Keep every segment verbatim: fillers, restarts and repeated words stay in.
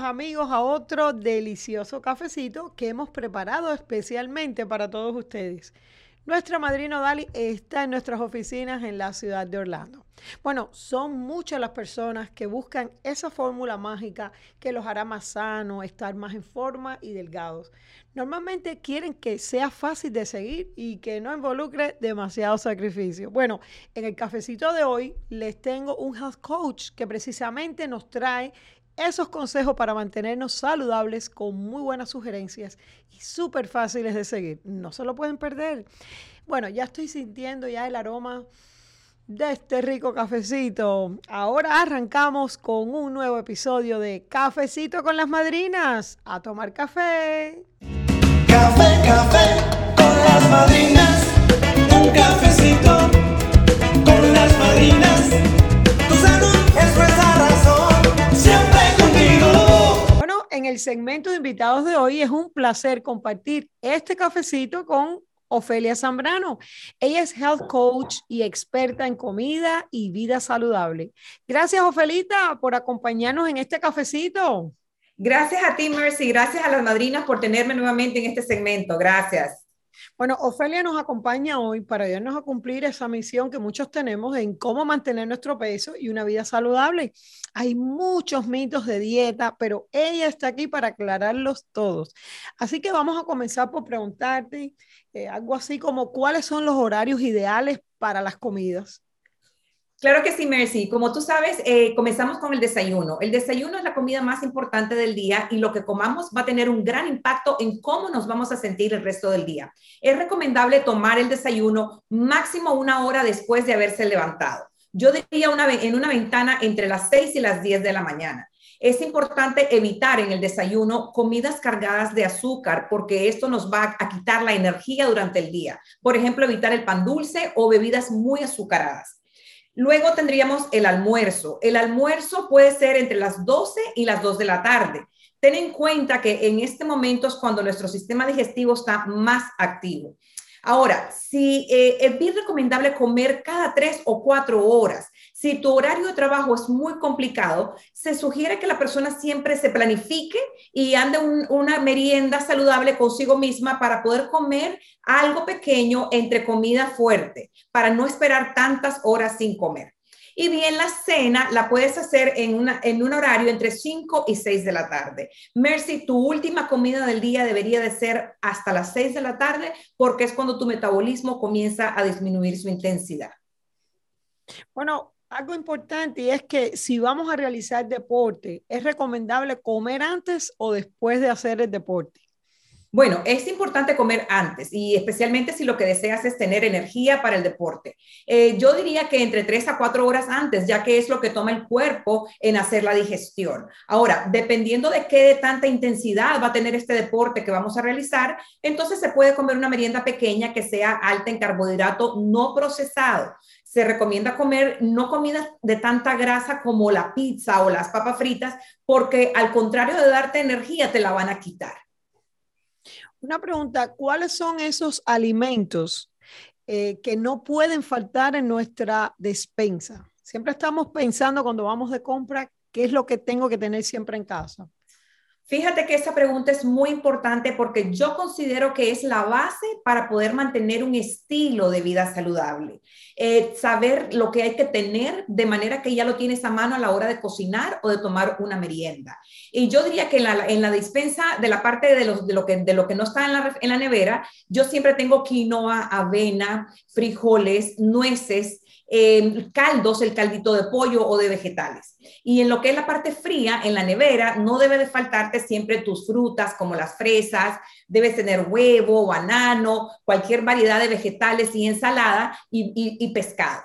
amigos a otro delicioso cafecito que hemos preparado especialmente para todos ustedes. Nuestra madrina Dali está en nuestras oficinas en la ciudad de Orlando. Bueno, son muchas las personas que buscan esa fórmula mágica que los hará más sanos, estar más en forma y delgados. Normalmente quieren que sea fácil de seguir y que no involucre demasiado sacrificio. Bueno, en el cafecito de hoy les tengo un health coach que precisamente nos trae esos consejos para mantenernos saludables con muy buenas sugerencias y súper fáciles de seguir. No se lo pueden perder. Bueno, ya estoy sintiendo ya el aroma de este rico cafecito. Ahora arrancamos con un nuevo episodio de Cafecito con las Madrinas. A tomar café. Café, café con las madrinas. Un cafecito con las madrinas. Tu salud es nuestra razón. Siempre contigo. Bueno, en el segmento de invitados de hoy es un placer compartir este cafecito con Ofelia Zambrano. Ella es health coach y experta en comida y vida saludable. Gracias, Ofelita, por acompañarnos en este cafecito. Gracias a ti, Mercy. Gracias a las madrinas por tenerme nuevamente en este segmento. Gracias. Bueno, Ofelia nos acompaña hoy para ayudarnos a cumplir esa misión que muchos tenemos en cómo mantener nuestro peso y una vida saludable. Hay muchos mitos de dieta, pero ella está aquí para aclararlos todos. Así que vamos a comenzar por preguntarte eh, algo así como cuáles son los horarios ideales para las comidas. Claro que sí, Mercy. Como tú sabes, eh, comenzamos con el desayuno. El desayuno es la comida más importante del día y lo que comamos va a tener un gran impacto en cómo nos vamos a sentir el resto del día. Es recomendable tomar el desayuno máximo una hora después de haberse levantado. Yo diría una, en una ventana entre las seis y las diez de la mañana. Es importante evitar en el desayuno comidas cargadas de azúcar porque esto nos va a quitar la energía durante el día. Por ejemplo, evitar el pan dulce o bebidas muy azucaradas. Luego tendríamos el almuerzo. El almuerzo puede ser entre las doce y las dos de la tarde. Ten en cuenta que en este momento es cuando nuestro sistema digestivo está más activo. Ahora, si eh, es bien recomendable comer cada tres o cuatro horas. Si tu horario de trabajo es muy complicado, se sugiere que la persona siempre se planifique y ande un, una merienda saludable consigo misma para poder comer algo pequeño entre comida fuerte, para no esperar tantas horas sin comer. Y bien, la cena la puedes hacer en, una, en un horario entre cinco y seis de la tarde. Mercy, tu última comida del día debería de ser hasta las seis de la tarde porque es cuando tu metabolismo comienza a disminuir su intensidad. Bueno, algo importante y es que si vamos a realizar deporte, ¿es recomendable comer antes o después de hacer el deporte? Bueno, es importante comer antes y especialmente si lo que deseas es tener energía para el deporte. Eh, yo diría que entre tres a cuatro horas antes, ya que es lo que toma el cuerpo en hacer la digestión. Ahora, dependiendo de qué de tanta intensidad va a tener este deporte que vamos a realizar, entonces se puede comer una merienda pequeña que sea alta en carbohidrato no procesado. Se recomienda comer no comidas de tanta grasa como la pizza o las papas fritas, porque al contrario de darte energía, te la van a quitar. Una pregunta, ¿cuáles son esos alimentos eh, que no pueden faltar en nuestra despensa? Siempre estamos pensando cuando vamos de compra, ¿qué es lo que tengo que tener siempre en casa? Fíjate que esa pregunta es muy importante porque yo considero que es la base para poder mantener un estilo de vida saludable. Eh, saber lo que hay que tener de manera que ya lo tienes a mano a la hora de cocinar o de tomar una merienda. Y yo diría que en la, en la despensa, de la parte de, los, de, lo, que, de lo que no está en la, en la nevera, yo siempre tengo quinoa, avena, frijoles, nueces, Eh, caldos, el caldito de pollo o de vegetales. Y en lo que es la parte fría, en la nevera, no debe de faltarte siempre tus frutas como las fresas, debes tener huevo, banano, cualquier variedad de vegetales y ensalada y, y, y pescado.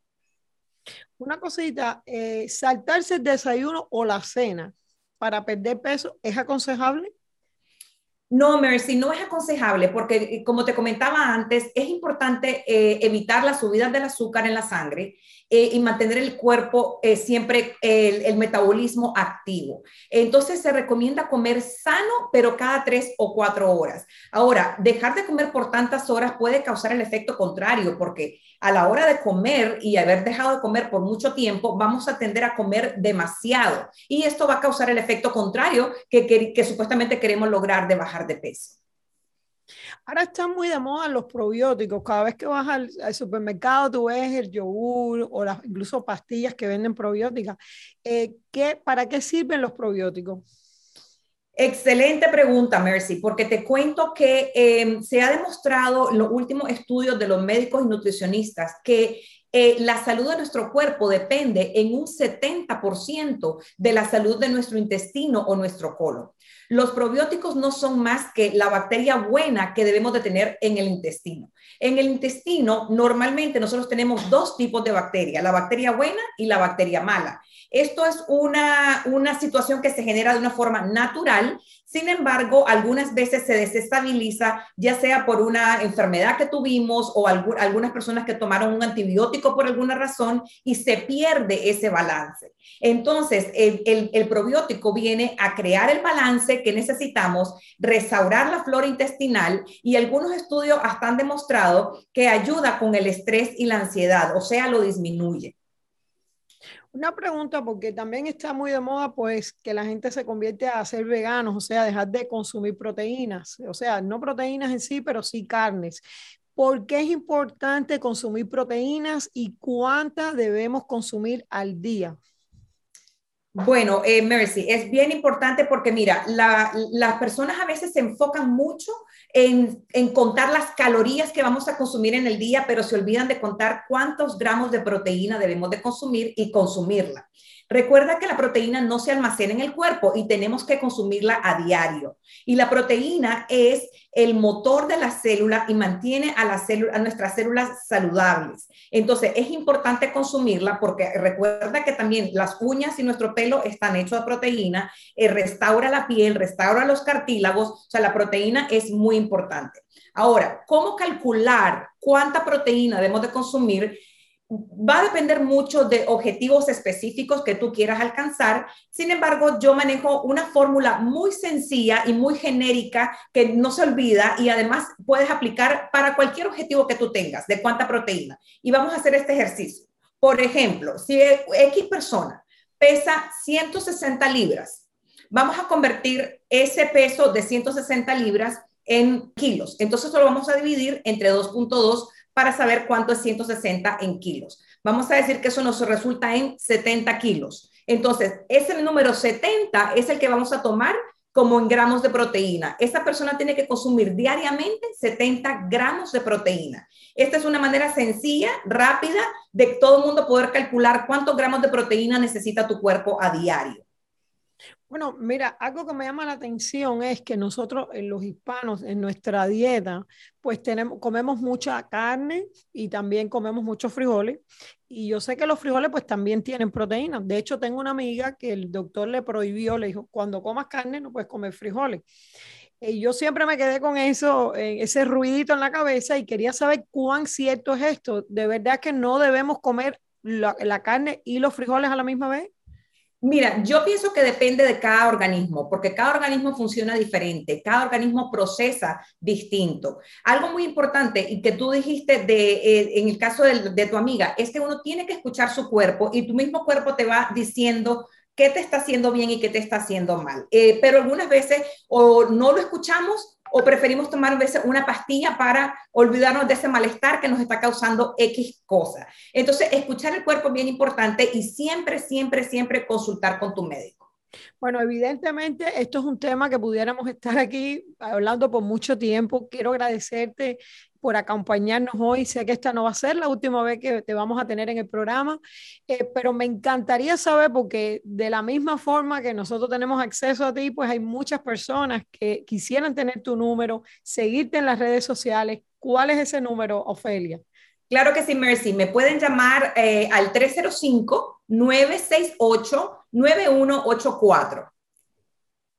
Una cosita, eh, saltarse el desayuno o la cena para perder peso, ¿es aconsejable? No, Mercy, no es aconsejable porque, como te comentaba antes, es importante eh, evitar las subidas del azúcar en la sangre eh, y mantener el cuerpo eh, siempre el, el metabolismo activo. Entonces se recomienda comer sano, pero cada tres o cuatro horas. Ahora, dejar de comer por tantas horas puede causar el efecto contrario, porque a la hora de comer y haber dejado de comer por mucho tiempo, vamos a tender a comer demasiado. Y esto va a causar el efecto contrario que, que, que supuestamente queremos lograr de bajar de peso. Ahora están muy de moda los probióticos. Cada vez que vas al, al supermercado, tú ves el yogur o las, incluso pastillas que venden probióticas. Eh, ¿qué, ¿Para qué sirven los probióticos? Excelente pregunta, Mercy, porque te cuento que eh, se ha demostrado en los últimos estudios de los médicos y nutricionistas que eh, la salud de nuestro cuerpo depende en un setenta por ciento de la salud de nuestro intestino o nuestro colon. Los probióticos no son más que la bacteria buena que debemos de tener en el intestino. En el intestino, normalmente nosotros tenemos dos tipos de bacterias, la bacteria buena y la bacteria mala. Esto es una, una situación que se genera de una forma natural. Sin embargo, algunas veces se desestabiliza, ya sea por una enfermedad que tuvimos o alg- algunas personas que tomaron un antibiótico por alguna razón y se pierde ese balance. Entonces, el, el, el probiótico viene a crear el balance que necesitamos, restaurar la flora intestinal, y algunos estudios hasta han demostrado que ayuda con el estrés y la ansiedad, o sea, lo disminuye. Una pregunta, porque también está muy de moda, pues, que la gente se convierte a ser veganos, o sea, dejar de consumir proteínas, o sea, no proteínas en sí, pero sí carnes. ¿Por qué es importante consumir proteínas y cuántas debemos consumir al día? Bueno, eh, Mercy, es bien importante porque mira, la, las personas a veces se enfocan mucho en, en contar las calorías que vamos a consumir en el día, pero se olvidan de contar cuántos gramos de proteína debemos de consumir y consumirla. Recuerda que la proteína no se almacena en el cuerpo y tenemos que consumirla a diario. Y la proteína es el motor de la célula y mantiene a, la célula, a nuestras células saludables. Entonces, es importante consumirla porque recuerda que también las uñas y nuestro pelo están hechos de proteína, eh, restaura la piel, restaura los cartílagos, o sea, la proteína es muy importante. Ahora, ¿cómo calcular cuánta proteína debemos de consumir? Va a depender mucho de objetivos específicos que tú quieras alcanzar. Sin embargo, yo manejo una fórmula muy sencilla y muy genérica que no se olvida y además puedes aplicar para cualquier objetivo que tú tengas de cuánta proteína. Y vamos a hacer este ejercicio. Por ejemplo, si X persona pesa ciento sesenta libras, vamos a convertir ese peso de ciento sesenta libras en kilos. Entonces, lo vamos a dividir entre dos punto dos para saber cuánto es ciento sesenta en kilos. Vamos a decir que eso nos resulta en setenta kilos. Entonces, ese número setenta es el que vamos a tomar como en gramos de proteína. Esa persona tiene que consumir diariamente setenta gramos de proteína. Esta es una manera sencilla, rápida, de todo el mundo poder calcular cuántos gramos de proteína necesita tu cuerpo a diario. Bueno, mira, algo que me llama la atención es que nosotros, en los hispanos, en nuestra dieta, pues tenemos, comemos mucha carne y también comemos muchos frijoles. Y yo sé que los frijoles pues también tienen proteínas. De hecho, tengo una amiga que el doctor le prohibió, le dijo, cuando comas carne no puedes comer frijoles. Y yo siempre me quedé con eso, eh, ese ruidito en la cabeza y quería saber cuán cierto es esto. ¿De verdad que no debemos comer la, la carne y los frijoles a la misma vez? Mira, yo pienso que depende de cada organismo, porque cada organismo funciona diferente, cada organismo procesa distinto. Algo muy importante y que tú dijiste de, eh, en el caso de, de tu amiga, es que uno tiene que escuchar su cuerpo y tu mismo cuerpo te va diciendo qué te está haciendo bien y qué te está haciendo mal. Eh, pero algunas veces o no lo escuchamos o preferimos tomar a veces una pastilla para olvidarnos de ese malestar que nos está causando X cosa. Entonces, escuchar el cuerpo es bien importante y siempre, siempre, siempre consultar con tu médico. Bueno, evidentemente esto es un tema que pudiéramos estar aquí hablando por mucho tiempo. Quiero agradecerte por acompañarnos hoy. Sé que esta no va a ser la última vez que te vamos a tener en el programa, eh, pero me encantaría saber, porque de la misma forma que nosotros tenemos acceso a ti, pues hay muchas personas que quisieran tener tu número, seguirte en las redes sociales. ¿Cuál es ese número, Ofelia? Claro que sí, Mercy. Me pueden llamar eh, al tres cero cinco, nueve seis ocho, nueve uno ocho cuatro.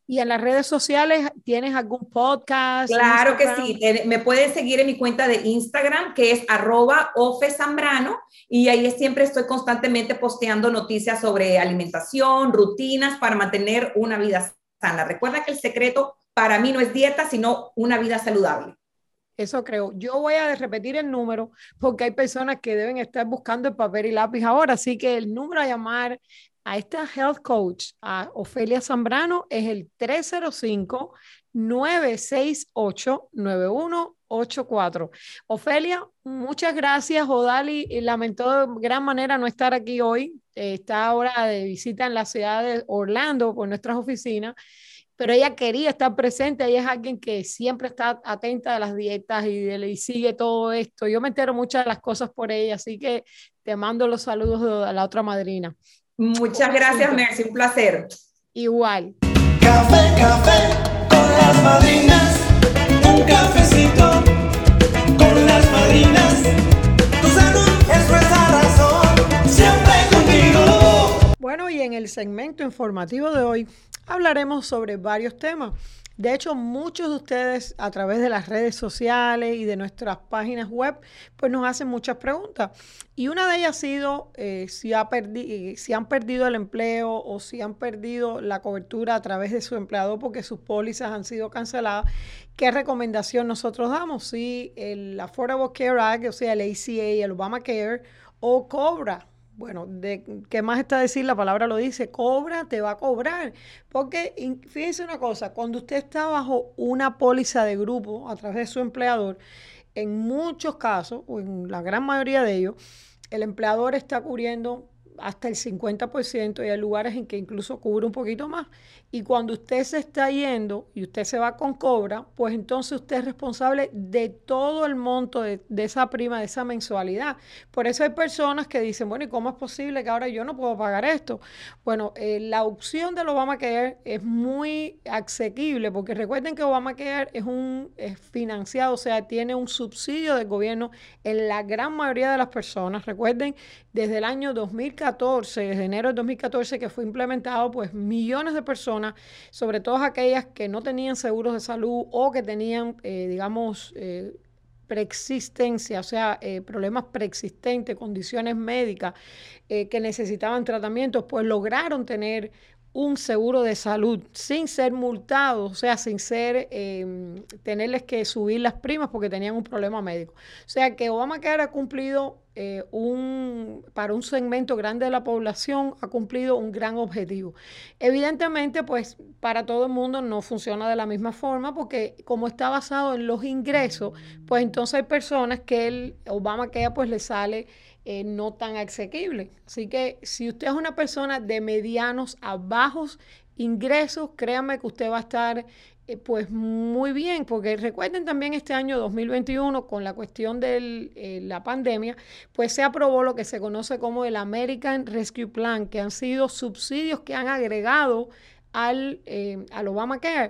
Y en las redes sociales, ¿tienes algún podcast? Claro que Instagram? sí, me puedes seguir en mi cuenta de Instagram, que es arroba ofezambrano, y ahí siempre estoy constantemente posteando noticias sobre alimentación, rutinas para mantener una vida sana. Recuerda que el secreto para mí no es dieta, sino una vida saludable. Eso creo. Yo voy a repetir el número porque hay personas que deben estar buscando el papel y lápiz ahora. Así que el número a llamar a esta health coach, a Ofelia Zambrano, es el tres cero cinco, nueve seis ocho, nueve uno ocho cuatro. Ofelia, muchas gracias. Odali lamentó de gran manera no estar aquí hoy. Eh, está ahora de visita en la ciudad de Orlando por nuestras oficinas, pero ella quería estar presente. Ella es alguien que siempre está atenta a las dietas y, de, y sigue todo esto. Yo me entero muchas de las cosas por ella, así que te mando los saludos de la otra madrina. Muchas gracias, Mercy, un placer. Igual. Café, café con las madrinas, un cafecito con las madrinas. Tu salud es nuestra razón, siempre contigo. Bueno, y en el segmento informativo de hoy hablaremos sobre varios temas. De hecho, muchos de ustedes a través de las redes sociales y de nuestras páginas web, pues nos hacen muchas preguntas. Y una de ellas ha sido eh, si, ha perdi- si han perdido el empleo o si han perdido la cobertura a través de su empleador porque sus pólizas han sido canceladas. ¿Qué recomendación nosotros damos? Si el Affordable Care Act, o sea, el A C A, el Obamacare o Cobra. Bueno, de qué más está decir, la palabra lo dice, cobra, te va a cobrar. Porque fíjense una cosa, cuando usted está bajo una póliza de grupo a través de su empleador, en muchos casos, o en la gran mayoría de ellos, el empleador está cubriendo hasta el cincuenta por ciento y hay lugares en que incluso cubre un poquito más. Y cuando usted se está yendo y usted se va con Cobra, pues entonces usted es responsable de todo el monto de, de esa prima, de esa mensualidad. Por eso hay personas que dicen, bueno, ¿y cómo es posible que ahora yo no puedo pagar esto? Bueno, eh, la opción del Obamacare es muy asequible porque recuerden que Obamacare es un es financiado, o sea, tiene un subsidio del gobierno en la gran mayoría de las personas. Recuerden, desde el año dos mil catorce, desde enero de dos mil catorce que fue implementado, pues millones de personas, sobre todo aquellas que no tenían seguros de salud o que tenían, eh, digamos, eh, preexistencia, o sea, eh, problemas preexistentes, condiciones médicas eh, que necesitaban tratamientos, pues lograron tener un seguro de salud sin ser multados, o sea, sin ser eh, tenerles que subir las primas porque tenían un problema médico. O sea que Obamacare ha cumplido eh, un, para un segmento grande de la población, ha cumplido un gran objetivo. Evidentemente, pues para todo el mundo no funciona de la misma forma porque como está basado en los ingresos, pues entonces hay personas que el Obamacare pues le sale Eh, no tan asequible. Así que si usted es una persona de medianos a bajos ingresos, créanme que usted va a estar eh, pues muy bien, porque recuerden también este año dos mil veintiuno con la cuestión de eh, la pandemia, pues se aprobó lo que se conoce como el American Rescue Plan, que han sido subsidios que han agregado al, eh, al Obamacare.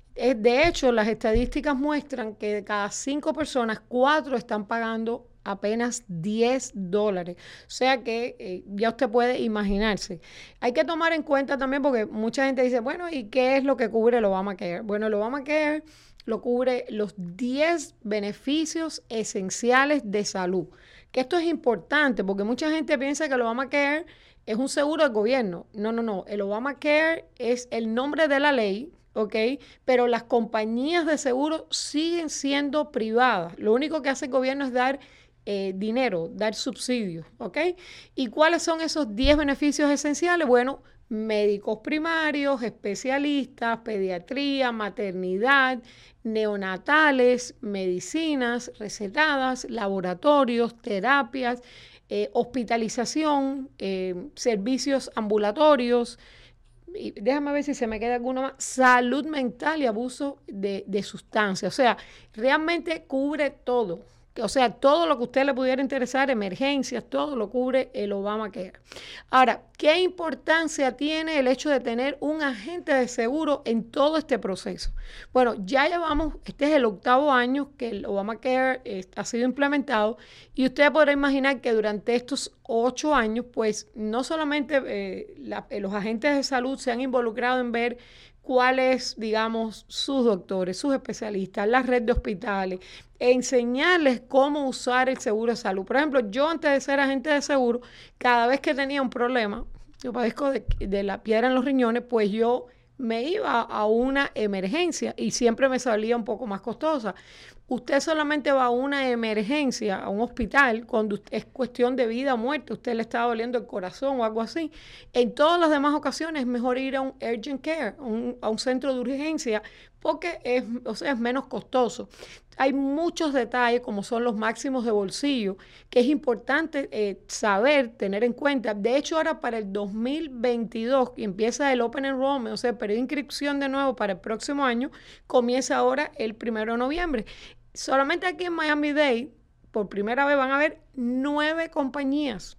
De hecho, las estadísticas muestran que de cada cinco personas, cuatro están pagando apenas diez dólares. O sea que eh, ya usted puede imaginarse. Hay que tomar en cuenta también porque mucha gente dice, bueno, ¿y qué es lo que cubre el Obamacare? Bueno, el Obamacare lo cubre los diez beneficios esenciales de salud. Que esto es importante porque mucha gente piensa que el Obamacare es un seguro del gobierno. No, no, no. El Obamacare es el nombre de la ley, ¿ok? Pero las compañías de seguro siguen siendo privadas. Lo único que hace el gobierno es dar eh, dinero, dar subsidios, ¿ok? ¿Y cuáles son esos diez beneficios esenciales? Bueno, médicos primarios, especialistas, pediatría, maternidad, neonatales, medicinas recetadas, laboratorios, terapias, eh, hospitalización, eh, servicios ambulatorios. Y déjame ver si se me queda alguno más, salud mental y abuso de, de sustancias. O sea, realmente cubre todo. O sea, todo lo que a usted le pudiera interesar, emergencias, todo lo cubre el Obamacare. Ahora, ¿qué importancia tiene el hecho de tener un agente de seguro en todo este proceso? Bueno, ya llevamos, este es el octavo año que el Obamacare eh, ha sido implementado y usted podrá imaginar que durante estos ocho años, pues no solamente eh, la, eh, los agentes de salud se han involucrado en ver cuáles, digamos, sus doctores, sus especialistas, la red de hospitales, enseñarles cómo usar el seguro de salud. Por ejemplo, yo antes de ser agente de seguro, cada vez que tenía un problema, yo padezco de, de la piedra en los riñones, pues yo me iba a una emergencia y siempre me salía un poco más costosa. Usted solamente va a una emergencia, a un hospital, cuando es cuestión de vida o muerte, usted le está doliendo el corazón o algo así. En todas las demás ocasiones es mejor ir a un urgent care, un, a un centro de urgencia, porque es, o sea, es menos costoso. Hay muchos detalles, como son los máximos de bolsillo, que es importante eh, saber, tener en cuenta. De hecho, ahora para el dos mil veintidós, que empieza el Open Enrollment, o sea, el periodo de inscripción de nuevo para el próximo año, comienza ahora el primero de noviembre. Solamente aquí en Miami-Dade, por primera vez van a haber nueve compañías,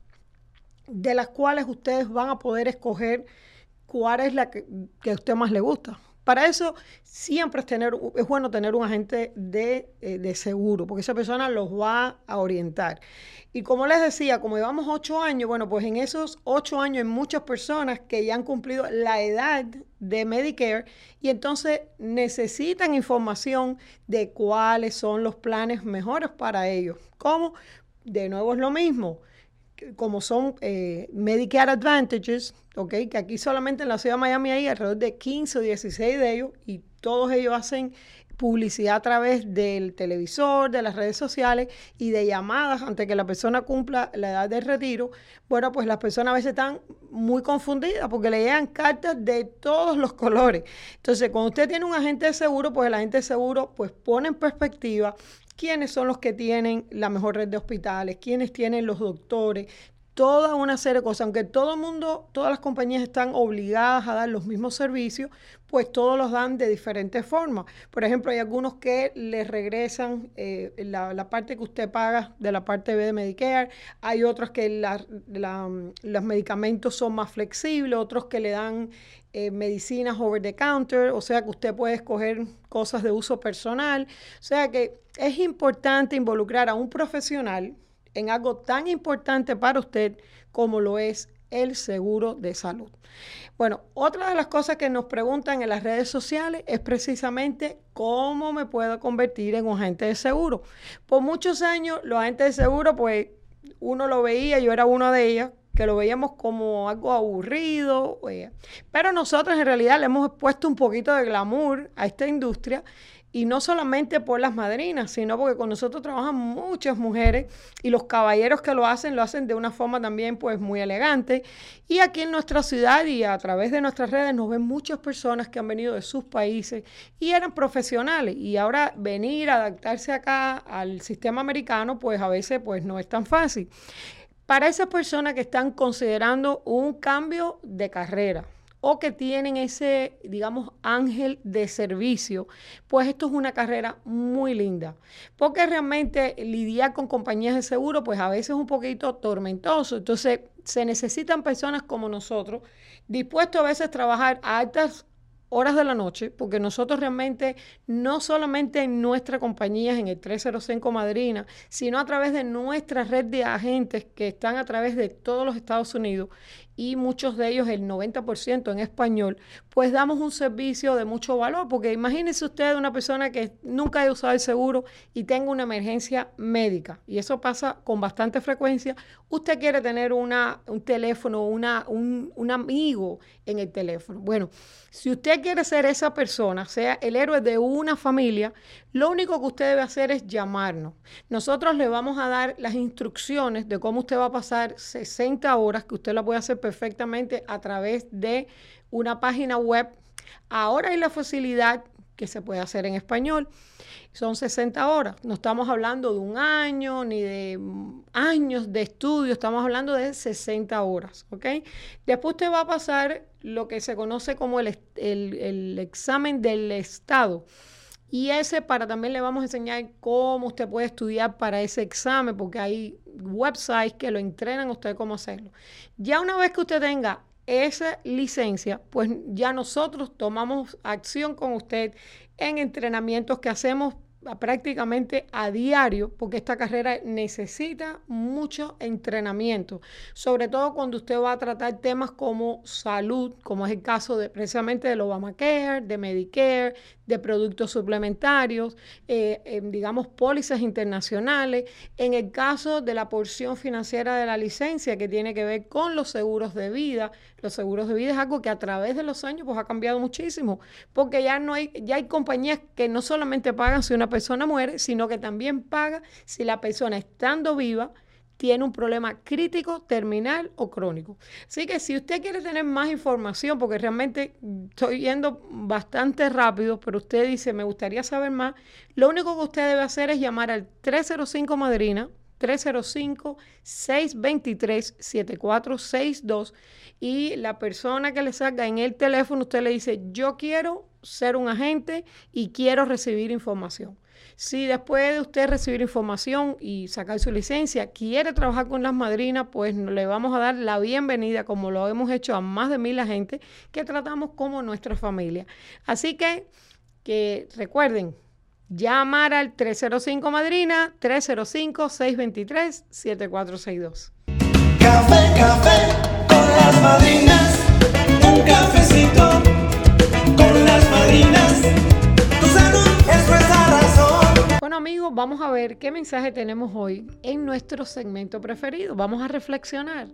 de las cuales ustedes van a poder escoger cuál es la que, que a usted más le gusta. Para eso siempre es, tener, es bueno tener un agente de, eh, de seguro, porque esa persona los va a orientar. Y como les decía, como llevamos ocho años, bueno, pues en esos ocho años hay muchas personas que ya han cumplido la edad de Medicare y entonces necesitan información de cuáles son los planes mejores para ellos. ¿Cómo? De nuevo es lo mismo. Como son eh, Medicare Advantages, ¿okay? Que aquí solamente en la ciudad de Miami hay alrededor de quince o dieciséis de ellos y todos ellos hacen publicidad a través del televisor, de las redes sociales y de llamadas antes que la persona cumpla la edad del retiro. Bueno, pues las personas a veces están muy confundidas porque le llegan cartas de todos los colores. Entonces, cuando usted tiene un agente de seguro, pues el agente de seguro pues pone en perspectiva quiénes son los que tienen la mejor red de hospitales, quiénes tienen los doctores, toda una serie de cosas. Aunque todo el mundo, todas las compañías están obligadas a dar los mismos servicios, pues todos los dan de diferentes formas. Por ejemplo, hay algunos que les regresan eh, la, la parte que usted paga de la parte B de Medicare, hay otros que la, la, los medicamentos son más flexibles, otros que le dan eh, medicinas over the counter, o sea que usted puede escoger cosas de uso personal. O sea que es importante involucrar a un profesional en algo tan importante para usted como lo es el seguro de salud. Bueno, otra de las cosas que nos preguntan en las redes sociales es precisamente cómo me puedo convertir en un agente de seguro. Por muchos años los agentes de seguro, pues uno lo veía, yo era una de ellas, que lo veíamos como algo aburrido, pero nosotros en realidad le hemos puesto un poquito de glamour a esta industria. Y no solamente por las madrinas, sino porque con nosotros trabajan muchas mujeres y los caballeros que lo hacen, lo hacen de una forma también pues muy elegante. Y aquí en nuestra ciudad y a través de nuestras redes nos ven muchas personas que han venido de sus países y eran profesionales. Y ahora venir a adaptarse acá al sistema americano, pues a veces pues no es tan fácil. Para esas personas que están considerando un cambio de carrera, o que tienen ese, digamos, ángel de servicio, pues esto es una carrera muy linda. Porque realmente lidiar con compañías de seguro, pues a veces es un poquito tormentoso. Entonces, se necesitan personas como nosotros, dispuestos a veces a trabajar a altas horas de la noche, porque nosotros realmente, no solamente en nuestra compañía, en el tres cero cinco Madrina, sino a través de nuestra red de agentes que están a través de todos los Estados Unidos, y muchos de ellos, el noventa por ciento en español, pues damos un servicio de mucho valor, porque imagínense usted una persona que nunca haya usado el seguro y tenga una emergencia médica, y eso pasa con bastante frecuencia. Usted quiere tener una, un teléfono, una, un, un amigo en el teléfono. Bueno, si usted quiere ser esa persona, sea el héroe de una familia, lo único que usted debe hacer es llamarnos. Nosotros le vamos a dar las instrucciones de cómo usted va a pasar sesenta horas, que usted la puede hacer perfectamente a través de una página web. Ahora hay la facilidad que se puede hacer en español. Son sesenta horas. No estamos hablando de un año ni de años de estudio. Estamos hablando de sesenta horas. ¿Ok? Después usted va a pasar lo que se conoce como el, el, el examen del estado. Y ese para también le vamos a enseñar cómo usted puede estudiar para ese examen, porque hay websites que lo entrenan a usted cómo hacerlo. Ya una vez que usted tenga esa licencia, pues ya nosotros tomamos acción con usted en entrenamientos que hacemos prácticamente a diario, porque esta carrera necesita mucho entrenamiento, sobre todo cuando usted va a tratar temas como salud, como es el caso de precisamente del Obamacare, de Medicare, de productos suplementarios, eh, eh, digamos pólizas internacionales, en el caso de la porción financiera de la licencia que tiene que ver con los seguros de vida. Los seguros de vida es algo que a través de los años pues ha cambiado muchísimo, porque ya no hay, ya hay compañías que no solamente pagan si una persona muere, sino que también paga si la persona estando viva tiene un problema crítico, terminal o crónico. Así que si usted quiere tener más información, porque realmente estoy yendo bastante rápido, pero usted dice, me gustaría saber más, lo único que usted debe hacer es llamar al tres cero cinco Madrina, tres cero cinco, seis dos tres, siete cuatro seis dos, y la persona que le salga en el teléfono, usted le dice, yo quiero ser un agente y quiero recibir información. Si después de usted recibir información y sacar su licencia, quiere trabajar con las madrinas, pues le vamos a dar la bienvenida, como lo hemos hecho a más de mil agentes que tratamos como nuestra familia. Así que, que recuerden, llamar al tres cero cinco Madrina, tres cero cinco, seis dos tres, siete cuatro seis dos. Café, café con las madrinas, un cafecito con las madrinas, tu salud es nuestra razón. Bueno amigos, vamos a ver qué mensaje tenemos hoy en nuestro segmento preferido. Vamos a reflexionar.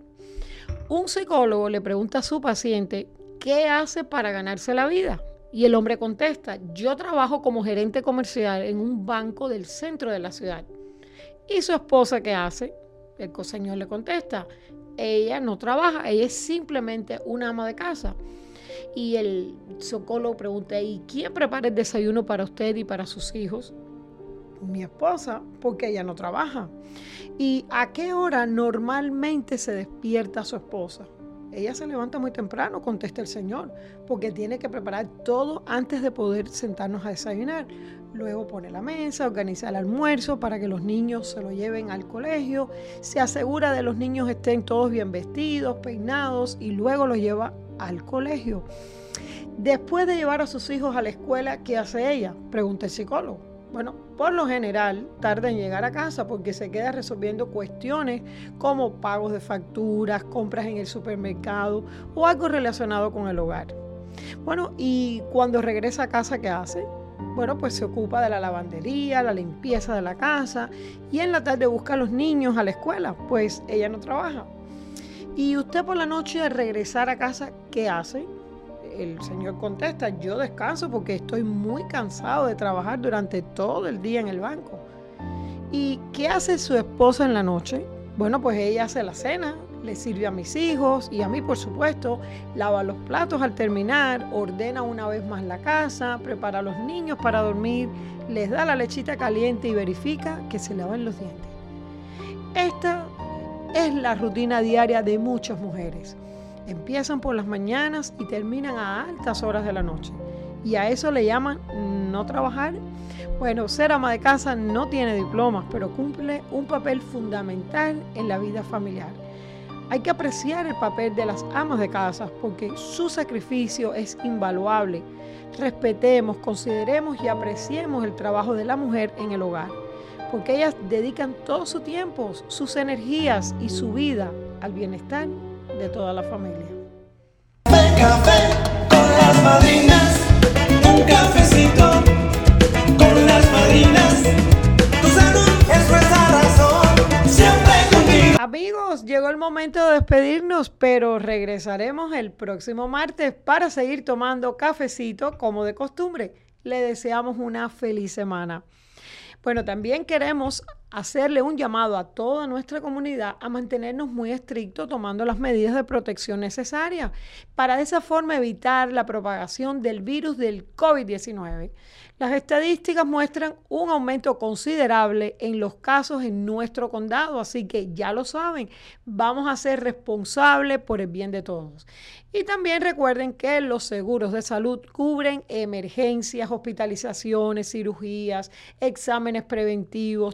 Un psicólogo le pregunta a su paciente, ¿qué hace para ganarse la vida? Y el hombre contesta, yo trabajo como gerente comercial en un banco del centro de la ciudad. ¿Y su esposa qué hace? El señor le contesta, ella no trabaja, ella es simplemente una ama de casa. Y el psicólogo pregunta, ¿y quién prepara el desayuno para usted y para sus hijos? Mi esposa, porque ella no trabaja. ¿Y a qué hora normalmente se despierta su esposa? Ella se levanta muy temprano, contesta el señor, porque tiene que preparar todo antes de poder sentarnos a desayunar. Luego pone la mesa, organiza el almuerzo para que los niños se lo lleven al colegio, se asegura de que los niños estén todos bien vestidos, peinados y luego los lleva al colegio. Después de llevar a sus hijos a la escuela, ¿qué hace ella? Pregunta el psicólogo. Bueno, por lo general tarda en llegar a casa porque se queda resolviendo cuestiones como pagos de facturas, compras en el supermercado o algo relacionado con el hogar. Bueno, y cuando regresa a casa, ¿qué hace? Bueno, pues se ocupa de la lavandería, la limpieza de la casa y en la tarde busca a los niños a la escuela, pues ella no trabaja. Y usted por la noche al regresar a casa, ¿qué hace? El señor contesta, yo descanso porque estoy muy cansado de trabajar durante todo el día en el banco. ¿Y qué hace su esposa en la noche? Bueno, pues ella hace la cena, le sirve a mis hijos y a mí, por supuesto, lava los platos al terminar, ordena una vez más la casa, prepara a los niños para dormir, les da la lechita caliente y verifica que se lavan los dientes. Esta es la rutina diaria de muchas mujeres. Empiezan por las mañanas y terminan a altas horas de la noche. ¿Y a eso le llaman no trabajar? Bueno, ser ama de casa no tiene diplomas, pero cumple un papel fundamental en la vida familiar. Hay que apreciar el papel de las amas de casa porque su sacrificio es invaluable. Respetemos, consideremos y apreciemos el trabajo de la mujer en el hogar, porque ellas dedican todo su tiempo, sus energías y su vida al bienestar de toda la familia. Café, café con las madrinas, un cafecito con las madrinas, tu salud es nuestra razón, siempre contigo. Amigos, llegó el momento de despedirnos, pero regresaremos el próximo martes para seguir tomando cafecito como de costumbre. Le deseamos una feliz semana. Bueno, también queremos hacerle un llamado a toda nuestra comunidad a mantenernos muy estrictos tomando las medidas de protección necesarias para de esa forma evitar la propagación del virus del COVID diecinueve. Las estadísticas muestran un aumento considerable en los casos en nuestro condado, así que ya lo saben, vamos a ser responsables por el bien de todos. Y también recuerden que los seguros de salud cubren emergencias, hospitalizaciones, cirugías, exámenes preventivos, terapias,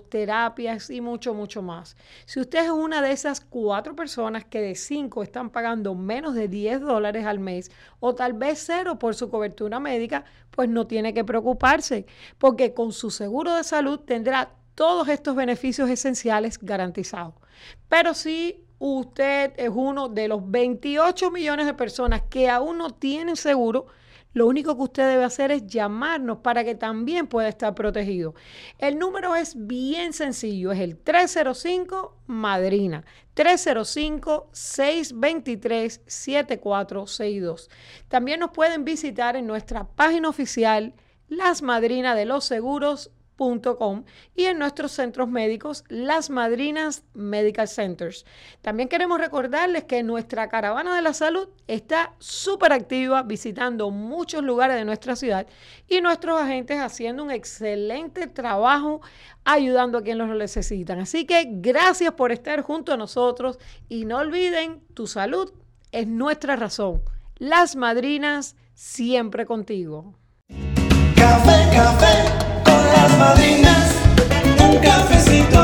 terapias y mucho, mucho más. Si usted es una de esas cuatro personas que de cinco están pagando menos de diez dólares al mes o tal vez cero por su cobertura médica, pues no tiene que preocuparse, porque con su seguro de salud tendrá todos estos beneficios esenciales garantizados. Pero si usted es uno de los veintiocho millones de personas que aún no tienen seguro, lo único que usted debe hacer es llamarnos para que también pueda estar protegido. El número es bien sencillo, es el tres cero cinco Madrina, tres cero cinco, seis dos tres, siete cuatro seis dos. También nos pueden visitar en nuestra página oficial las madrinas de los seguros punto com y en nuestros centros médicos Las Madrinas Medical Centers. También queremos recordarles que nuestra caravana de la salud está súper activa visitando muchos lugares de nuestra ciudad y nuestros agentes haciendo un excelente trabajo ayudando a quienes lo necesitan. Así que gracias por estar junto a nosotros y no olviden, tu salud es nuestra razón. Las Madrinas siempre contigo. Café, café con las madrinas, un cafecito.